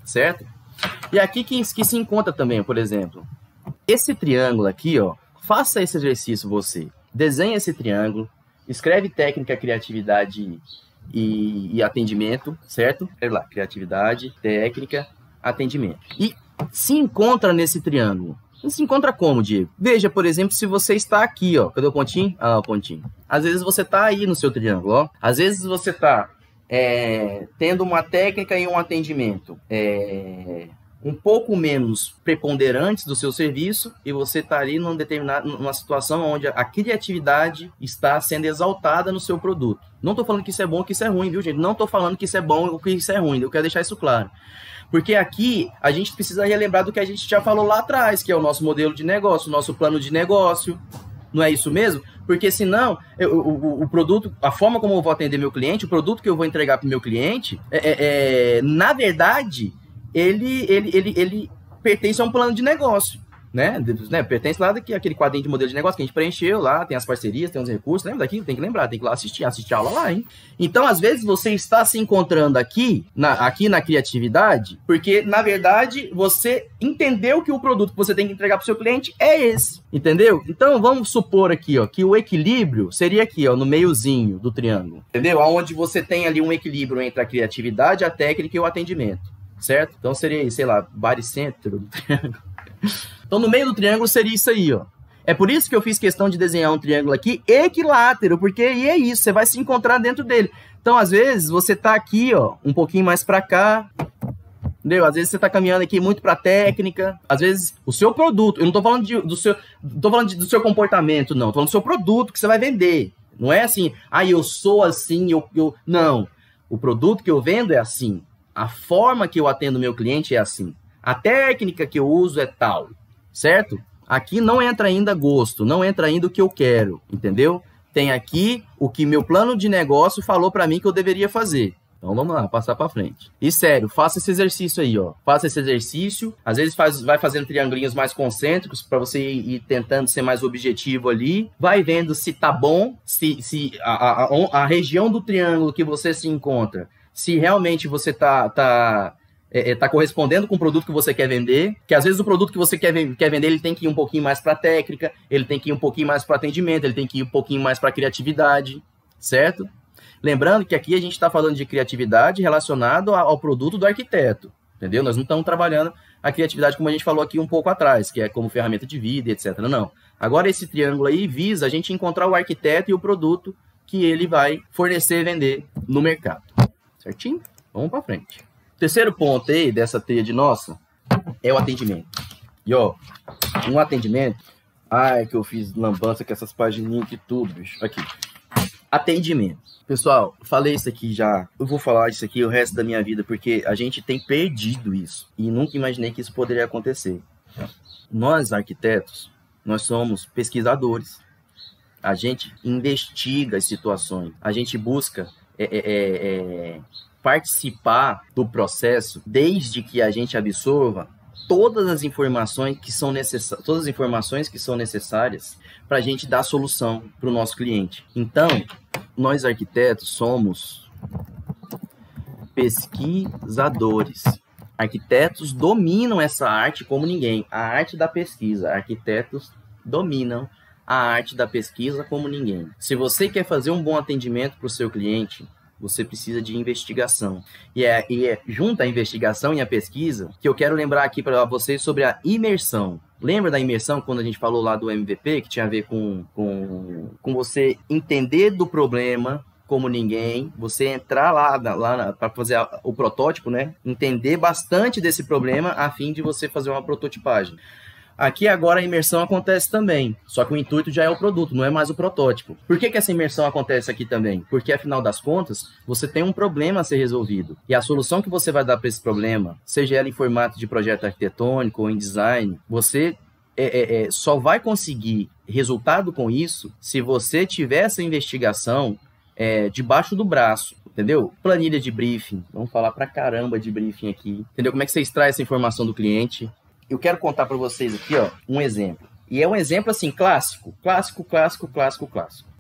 certo? E aqui que se encontra também, por exemplo, esse triângulo aqui, ó, faça esse exercício você. Desenha esse triângulo, escreve técnica, criatividade e atendimento, certo? Escreve lá, criatividade, técnica, atendimento. E se encontra nesse triângulo. Se encontra como, Diego? Veja, por exemplo, se você está aqui, ó. Cadê o pontinho? Ah, lá, o pontinho. Às vezes você está aí no seu triângulo, ó. Às vezes você está tendo uma técnica e um atendimento um pouco menos preponderantes do seu serviço e você está ali numa situação onde a criatividade está sendo exaltada no seu produto. Não estou falando que isso é bom ou que isso é ruim, viu, gente? Não estou falando que isso é bom ou que isso é ruim. Eu quero deixar isso claro. Porque aqui a gente precisa relembrar do que a gente já falou lá atrás, que é o nosso modelo de negócio, o nosso plano de negócio. Não é isso mesmo? Porque senão, o produto, a forma como eu vou atender meu cliente, o produto que eu vou entregar para o meu cliente, na verdade, ele pertence a um plano de negócio. Né? Pertence lá aquele quadrinho de modelo de negócio que a gente preencheu lá, tem as parcerias, tem os recursos, lembra daqui? Tem que lembrar, tem que ir lá assistir a aula lá, hein? Então, às vezes, você está se encontrando aqui na criatividade, porque, na verdade, você entendeu que o produto que você tem que entregar para o seu cliente é esse, entendeu? Então, vamos supor aqui, ó, que o equilíbrio seria aqui, ó, no meiozinho do triângulo, entendeu? Onde você tem ali um equilíbrio entre a criatividade, a técnica e o atendimento, certo? Então, seria, sei lá, baricentro do triângulo. Então, no meio do triângulo seria isso aí, ó. É por isso que eu fiz questão de desenhar um triângulo aqui equilátero, porque é isso, você vai se encontrar dentro dele. Então, às vezes, você tá aqui, ó, um pouquinho mais para cá, entendeu? Às vezes você tá caminhando aqui muito para técnica, às vezes o seu produto, eu não tô falando do seu comportamento, não, tô falando do seu produto que você vai vender. Não é assim, eu sou assim, não. O produto que eu vendo é assim. A forma que eu atendo o meu cliente é assim. A técnica que eu uso é tal, certo? Aqui não entra ainda gosto, não entra ainda o que eu quero, entendeu? Tem aqui o que meu plano de negócio falou para mim que eu deveria fazer. Então vamos lá, passar para frente. E sério, faça esse exercício aí, ó. Faça esse exercício. Às vezes vai fazendo triangulinhos mais concêntricos para você ir tentando ser mais objetivo ali. Vai vendo se tá bom, se a região do triângulo que você se encontra, se realmente você tá correspondendo com o produto que você quer vender, que às vezes o produto que você quer vender, ele tem que ir um pouquinho mais para técnica, ele tem que ir um pouquinho mais para atendimento, ele tem que ir um pouquinho mais para criatividade, certo? Lembrando que aqui a gente está falando de criatividade relacionado ao produto do arquiteto, entendeu? Nós não estamos trabalhando a criatividade como a gente falou aqui um pouco atrás, que é como ferramenta de vida, etc. Não. Agora esse triângulo aí visa a gente encontrar o arquiteto e o produto que ele vai fornecer e vender no mercado, certinho? Vamos para frente. Terceiro ponto aí dessa tríade nossa é o atendimento. E ó, um atendimento... Ai, que eu fiz lambança com essas pagininhas e tudo, bicho. Aqui. Atendimento. Pessoal, falei isso aqui já. Eu vou falar isso aqui o resto da minha vida, porque a gente tem perdido isso. E nunca imaginei que isso poderia acontecer. Nós, arquitetos, nós somos pesquisadores. A gente investiga as situações. A gente busca... participar do processo desde que a gente absorva todas as informações que são necessárias para a gente dar solução para o nosso cliente. Então, nós arquitetos somos pesquisadores. Arquitetos dominam essa arte como ninguém, a arte da pesquisa. Arquitetos dominam a arte da pesquisa como ninguém. Se você quer fazer um bom atendimento para o seu cliente, você precisa de investigação. E é junto à investigação e à pesquisa que eu quero lembrar aqui para vocês sobre a imersão. Lembra da imersão quando a gente falou lá do MVP, que tinha a ver com você entender do problema como ninguém, você entrar lá para fazer o protótipo, né? Entender bastante desse problema a fim de você fazer uma prototipagem. Aqui agora a imersão acontece também, só que o intuito já é o produto, não é mais o protótipo. Por que essa imersão acontece aqui também? Porque, afinal das contas, você tem um problema a ser resolvido. E a solução que você vai dar para esse problema, seja ela em formato de projeto arquitetônico ou em design, você só vai conseguir resultado com isso se você tiver essa investigação debaixo do braço. Entendeu? Planilha de briefing. Vamos falar pra caramba de briefing aqui. Entendeu? Como é que você extrai essa informação do cliente? Eu quero contar para vocês aqui, ó, um exemplo. E é um exemplo, assim, clássico.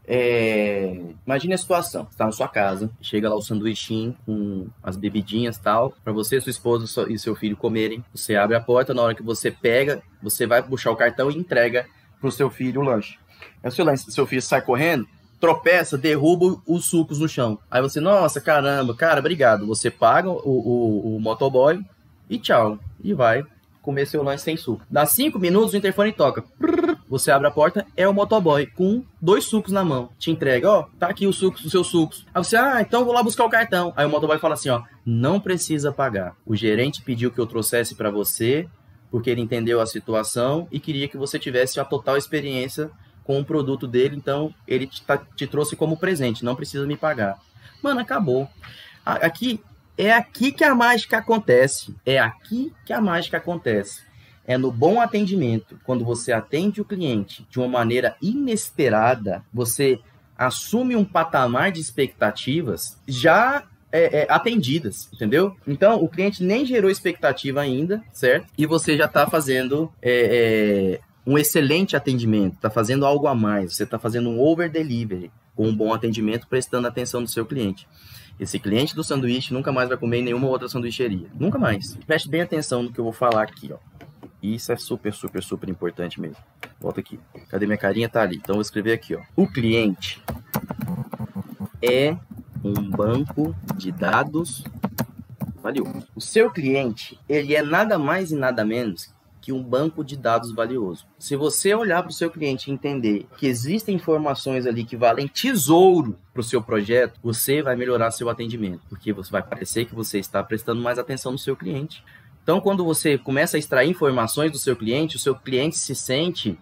Imagine a situação, você tá na sua casa, chega lá o sanduichinho com as bebidinhas e tal, pra você, sua esposa e seu filho comerem, você abre a porta, na hora que você pega, você vai puxar o cartão e entrega pro seu filho o lanche. Aí seu filho sai correndo, tropeça, derruba os sucos no chão. Aí você, nossa, caramba, cara, obrigado. Você paga o motoboy e tchau. E vai comer seu lanche sem suco. Dá 5 minutos, o interfone toca. Você abre a porta, é o motoboy com 2 sucos na mão. Te entrega, ó, tá aqui os seus sucos. Aí você, então vou lá buscar o cartão. Aí o motoboy fala assim, ó, não precisa pagar. O gerente pediu que eu trouxesse pra você, porque ele entendeu a situação e queria que você tivesse a total experiência com o produto dele, então ele te trouxe como presente, não precisa me pagar. Mano, acabou. É aqui que a mágica acontece. É aqui que a mágica acontece. É no bom atendimento. Quando você atende o cliente de uma maneira inesperada, você assume um patamar de expectativas já atendidas, entendeu? Então, o cliente nem gerou expectativa ainda, certo? E você já está fazendo um excelente atendimento, está fazendo algo a mais, você está fazendo um over-delivery com um bom atendimento, prestando atenção no seu cliente. Esse cliente do sanduíche nunca mais vai comer em nenhuma outra sanduicheria. Nunca mais. Preste bem atenção no que eu vou falar aqui, ó. Isso é super, super, super importante mesmo. Volta aqui. Cadê minha carinha? Tá ali. Então, eu vou escrever aqui, ó. O cliente é um banco de dados valioso. O seu cliente, ele é nada mais e nada menos que um banco de dados valioso. Se você olhar para o seu cliente e entender que existem informações ali que valem tesouro para o seu projeto, você vai melhorar seu atendimento, porque você vai parecer que você está prestando mais atenção no seu cliente. Então, quando você começa a extrair informações do seu cliente, o seu cliente se sente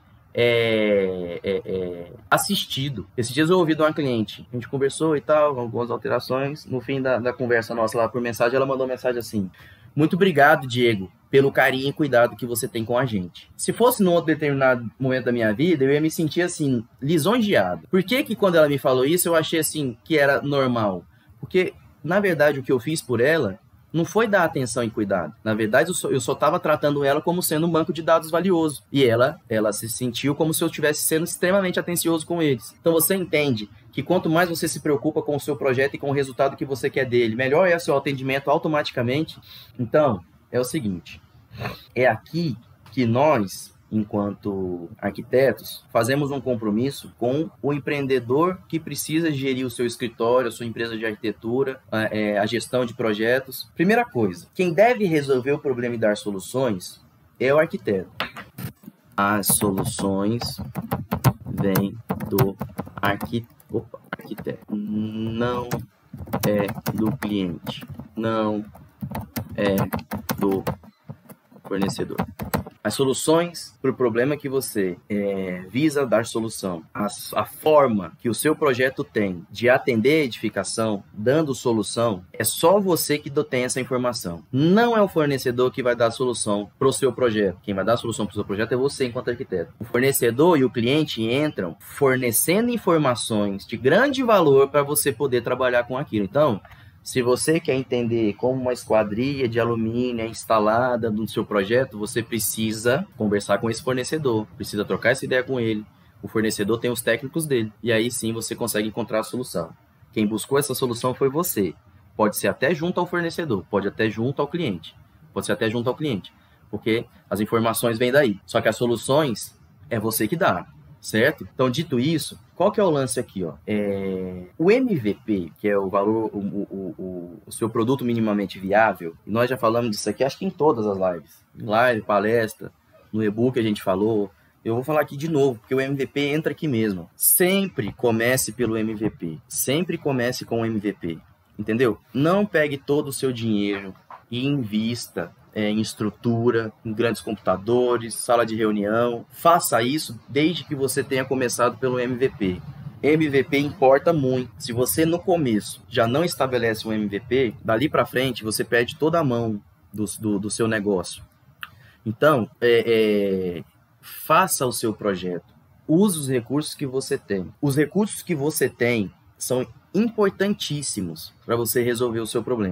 assistido. Esses dias eu ouvi de uma cliente, a gente conversou e tal, algumas alterações. No fim da conversa nossa lá por mensagem, ela mandou uma mensagem assim: muito obrigado, Diego, pelo carinho e cuidado que você tem com a gente. Se fosse num outro determinado momento da minha vida, eu ia me sentir assim, lisonjeado. Por que quando ela me falou isso, eu achei assim que era normal? Porque, na verdade, o que eu fiz por ela não foi dar atenção e cuidado. Na verdade, eu só estava tratando ela como sendo um banco de dados valioso. E ela se sentiu como se eu estivesse sendo extremamente atencioso com eles. Então você entende que quanto mais você se preocupa com o seu projeto e com o resultado que você quer dele, melhor é o seu atendimento automaticamente. Então, é o seguinte, é aqui que nós, enquanto arquitetos, fazemos um compromisso com o empreendedor que precisa gerir o seu escritório, a sua empresa de arquitetura, a gestão de projetos. Primeira coisa, quem deve resolver o problema e dar soluções é o arquiteto. As soluções vêm do arquiteto. Não é do cliente. Não é do fornecedor. As soluções para o problema que você visa dar solução, a forma que o seu projeto tem de atender a edificação, dando solução, é só você que detém essa informação. Não é o fornecedor que vai dar a solução para o seu projeto. Quem vai dar a solução para o seu projeto é você enquanto arquiteto. O fornecedor e o cliente entram fornecendo informações de grande valor para você poder trabalhar com aquilo. Então, se você quer entender como uma esquadria de alumínio é instalada no seu projeto, você precisa conversar com esse fornecedor, precisa trocar essa ideia com ele. O fornecedor tem os técnicos dele, e aí sim você consegue encontrar a solução. Quem buscou essa solução foi você. Pode ser até junto ao fornecedor, pode até junto ao cliente, porque as informações vêm daí. Só que as soluções é você que dá. Certo? Então, dito isso, qual que é o lance aqui? Ó? O MVP, que é o valor, o seu produto minimamente viável, e nós já falamos disso aqui, acho que em todas as lives. Em live, palestra, no e-book a gente falou. Eu vou falar aqui de novo, porque o MVP entra aqui mesmo. Sempre comece pelo MVP. Sempre comece com o MVP. Entendeu? Não pegue todo o seu dinheiro e invista em estrutura, em grandes computadores, sala de reunião. Faça isso desde que você tenha começado pelo MVP. MVP importa muito. Se você no começo já não estabelece um MVP, dali para frente você perde toda a mão do seu negócio. Então, faça o seu projeto. Use os recursos que você tem. Os recursos que você tem são importantíssimos para você resolver o seu problema.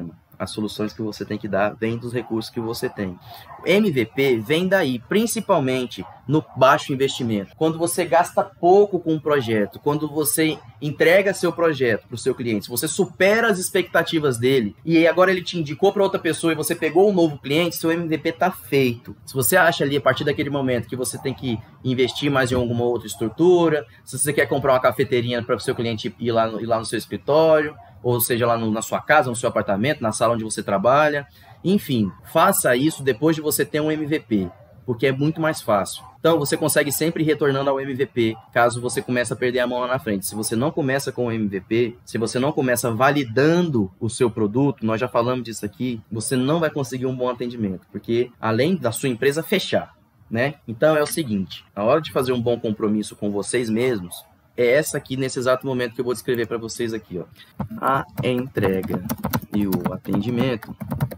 As soluções que você tem que dar vêm dos recursos que você tem. O MVP vem daí, principalmente no baixo investimento. Quando você gasta pouco com um projeto, quando você entrega seu projeto para o seu cliente, se você supera as expectativas dele e agora ele te indicou para outra pessoa e você pegou um novo cliente, seu MVP está feito. Se você acha ali, a partir daquele momento, que você tem que investir mais em alguma outra estrutura, se você quer comprar uma cafeteirinha para o seu cliente ir lá no seu escritório, ou seja, lá na sua casa, no seu apartamento, na sala onde você trabalha. Enfim, faça isso depois de você ter um MVP, porque é muito mais fácil. Então, você consegue sempre ir retornando ao MVP, caso você comece a perder a mão lá na frente. Se você não começa com o MVP, se você não começa validando o seu produto, nós já falamos disso aqui, você não vai conseguir um bom atendimento, porque além da sua empresa fechar, né? Então, é o seguinte, a hora de fazer um bom compromisso com vocês mesmos, é essa aqui, nesse exato momento que eu vou descrever para vocês aqui, ó. A entrega e o atendimento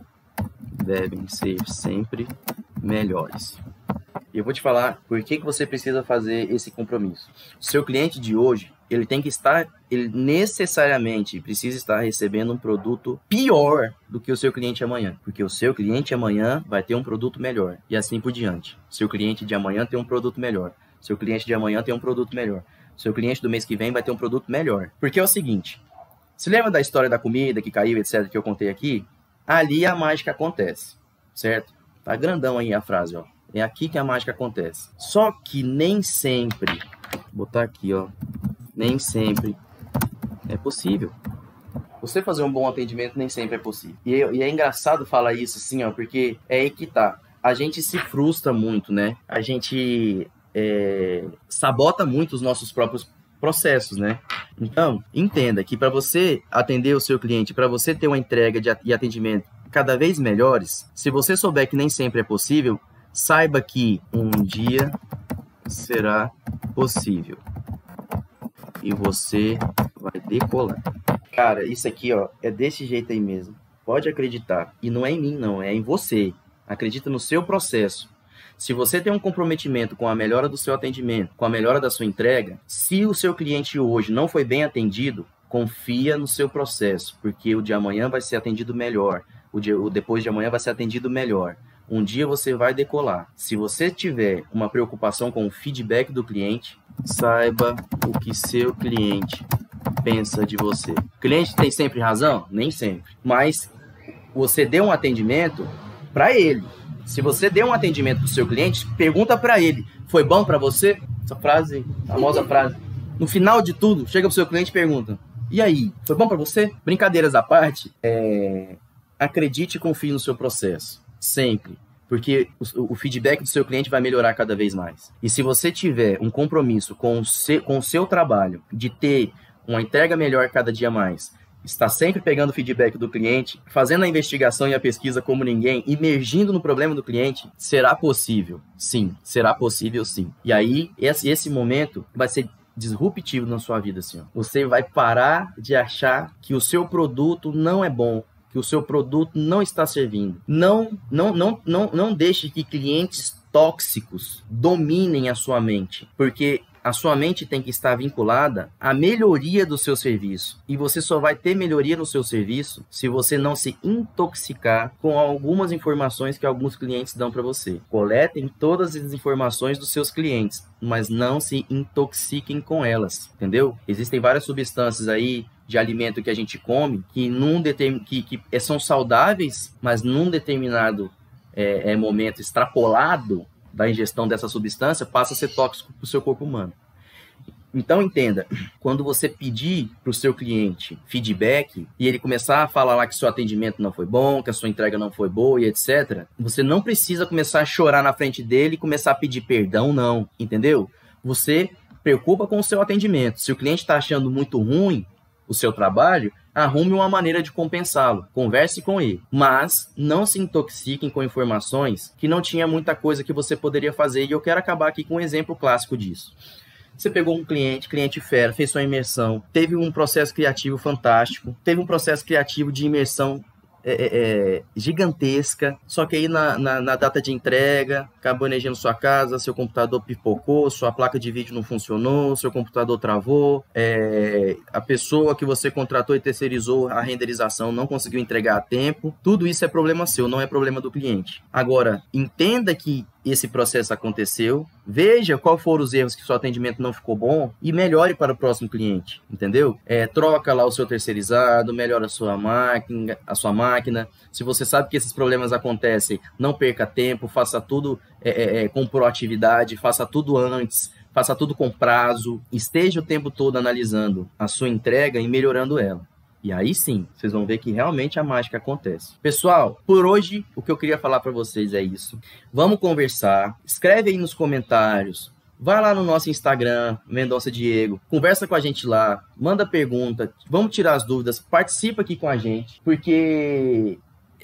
devem ser sempre melhores. E eu vou te falar por que você precisa fazer esse compromisso. O seu cliente de hoje, ele necessariamente precisa estar recebendo um produto pior do que o seu cliente amanhã. Porque o seu cliente amanhã vai ter um produto melhor. E assim por diante. Seu cliente de amanhã tem um produto melhor. Seu cliente de amanhã tem um produto melhor. Seu cliente do mês que vem vai ter um produto melhor. Porque é o seguinte, se lembra da história da comida que caiu, etc, que eu contei aqui? Ali a mágica acontece, certo? Tá grandão aí a frase, ó. É aqui que a mágica acontece. Só que nem sempre, vou botar aqui, ó, nem sempre é possível. Você fazer um bom atendimento nem sempre é possível. E é engraçado falar isso assim, ó, porque é aí que tá. A gente se frustra muito, né? A gente sabota muito os nossos próprios processos, né? Então, entenda que para você atender o seu cliente, para você ter uma entrega e atendimento cada vez melhores, se você souber que nem sempre é possível, saiba que um dia será possível e você vai decolar. Cara, isso aqui, ó, é desse jeito aí mesmo. Pode acreditar. E não é em mim, não, é em você. Acredita no seu processo. Se você tem um comprometimento com a melhora do seu atendimento, com a melhora da sua entrega, se o seu cliente hoje não foi bem atendido, confia no seu processo, porque o de amanhã vai ser atendido melhor, o depois de amanhã vai ser atendido melhor. Um dia você vai decolar. Se você tiver uma preocupação com o feedback do cliente, saiba o que seu cliente pensa de você. O cliente tem sempre razão? Nem sempre. Mas você dê um atendimento para ele. Se você der um atendimento para o seu cliente, pergunta para ele, foi bom para você? Essa frase, famosa frase. No final de tudo, chega para o seu cliente e pergunta, e aí, foi bom para você? Brincadeiras à parte, acredite e confie no seu processo, sempre. Porque o feedback do seu cliente vai melhorar cada vez mais. E se você tiver um compromisso com o seu trabalho, de ter uma entrega melhor cada dia mais, está sempre pegando o feedback do cliente, fazendo a investigação e a pesquisa como ninguém, imergindo no problema do cliente, será possível, sim. Será possível, sim. E aí, esse momento vai ser disruptivo na sua vida, assim, ó. Você vai parar de achar que o seu produto não é bom, que o seu produto não está servindo. Não deixe que clientes tóxicos dominem a sua mente, porque a sua mente tem que estar vinculada à melhoria do seu serviço. E você só vai ter melhoria no seu serviço se você não se intoxicar com algumas informações que alguns clientes dão para você. Coletem todas as informações dos seus clientes, mas não se intoxiquem com elas, entendeu? Existem várias substâncias aí de alimento que a gente come que são saudáveis, mas num determinado momento extrapolado da ingestão dessa substância, passa a ser tóxico para o seu corpo humano. Então, entenda, quando você pedir para o seu cliente feedback e ele começar a falar lá que seu atendimento não foi bom, que a sua entrega não foi boa e etc., você não precisa começar a chorar na frente dele e começar a pedir perdão, não, entendeu? Você preocupa com o seu atendimento. Se o cliente está achando muito ruim o seu trabalho, arrume uma maneira de compensá-lo, converse com ele, mas não se intoxiquem com informações que não tinha muita coisa que você poderia fazer, e eu quero acabar aqui com um exemplo clássico disso. Você pegou um cliente fera, fez sua imersão, teve um processo criativo fantástico, teve um processo criativo de imersão gigantesca, só que aí na data de entrega, acabou energia na sua casa, seu computador pipocou, sua placa de vídeo não funcionou, seu computador travou, a pessoa que você contratou e terceirizou a renderização não conseguiu entregar a tempo. Tudo isso é problema seu, não é problema do cliente. Agora, entenda que esse processo aconteceu, veja qual foram os erros que seu atendimento não ficou bom e melhore para o próximo cliente, entendeu? Troca lá o seu terceirizado, melhora a sua máquina. Se você sabe que esses problemas acontecem, não perca tempo, faça tudo com proatividade, faça tudo antes, faça tudo com prazo, esteja o tempo todo analisando a sua entrega e melhorando ela. E aí sim, vocês vão ver que realmente a mágica acontece. Pessoal, por hoje, o que eu queria falar para vocês é isso. Vamos conversar. Escreve aí nos comentários. Vai lá no nosso Instagram, Mendonça Diego. Conversa com a gente lá. Manda pergunta. Vamos tirar as dúvidas. Participa aqui com a gente. Porque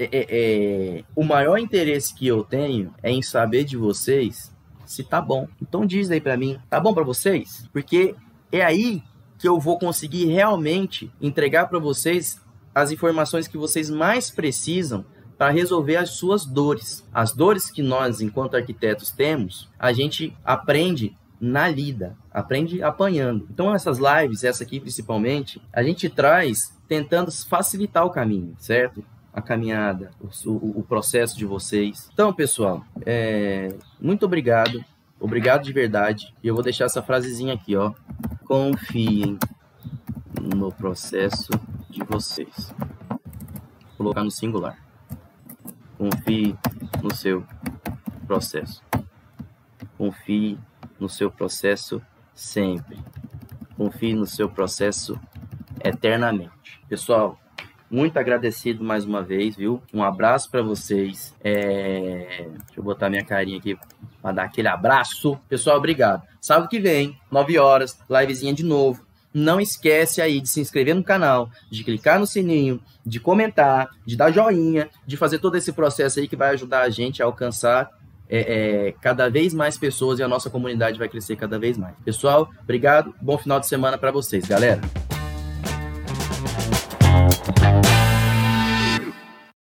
o maior interesse que eu tenho é em saber de vocês se tá bom. Então diz aí para mim, tá bom para vocês? Porque é aí que eu vou conseguir realmente entregar para vocês as informações que vocês mais precisam para resolver as suas dores. As dores que nós, enquanto arquitetos, temos, a gente aprende na lida, aprende apanhando. Então, essas lives, essa aqui principalmente, a gente traz tentando facilitar o caminho, certo? A caminhada, o processo de vocês. Então, pessoal, muito obrigado. Obrigado de verdade. E eu vou deixar essa frasezinha aqui, ó. Confiem no processo de vocês. Vou colocar no singular. Confie no seu processo. Confie no seu processo sempre. Confie no seu processo eternamente. Pessoal, muito agradecido mais uma vez, viu? Um abraço para vocês. Deixa eu botar minha carinha aqui para dar aquele abraço. Pessoal, obrigado. Sábado que vem, 9 horas, livezinha de novo. Não esquece aí de se inscrever no canal, de clicar no sininho, de comentar, de dar joinha, de fazer todo esse processo aí que vai ajudar a gente a alcançar cada vez mais pessoas e a nossa comunidade vai crescer cada vez mais. Pessoal, obrigado. Bom final de semana para vocês, galera.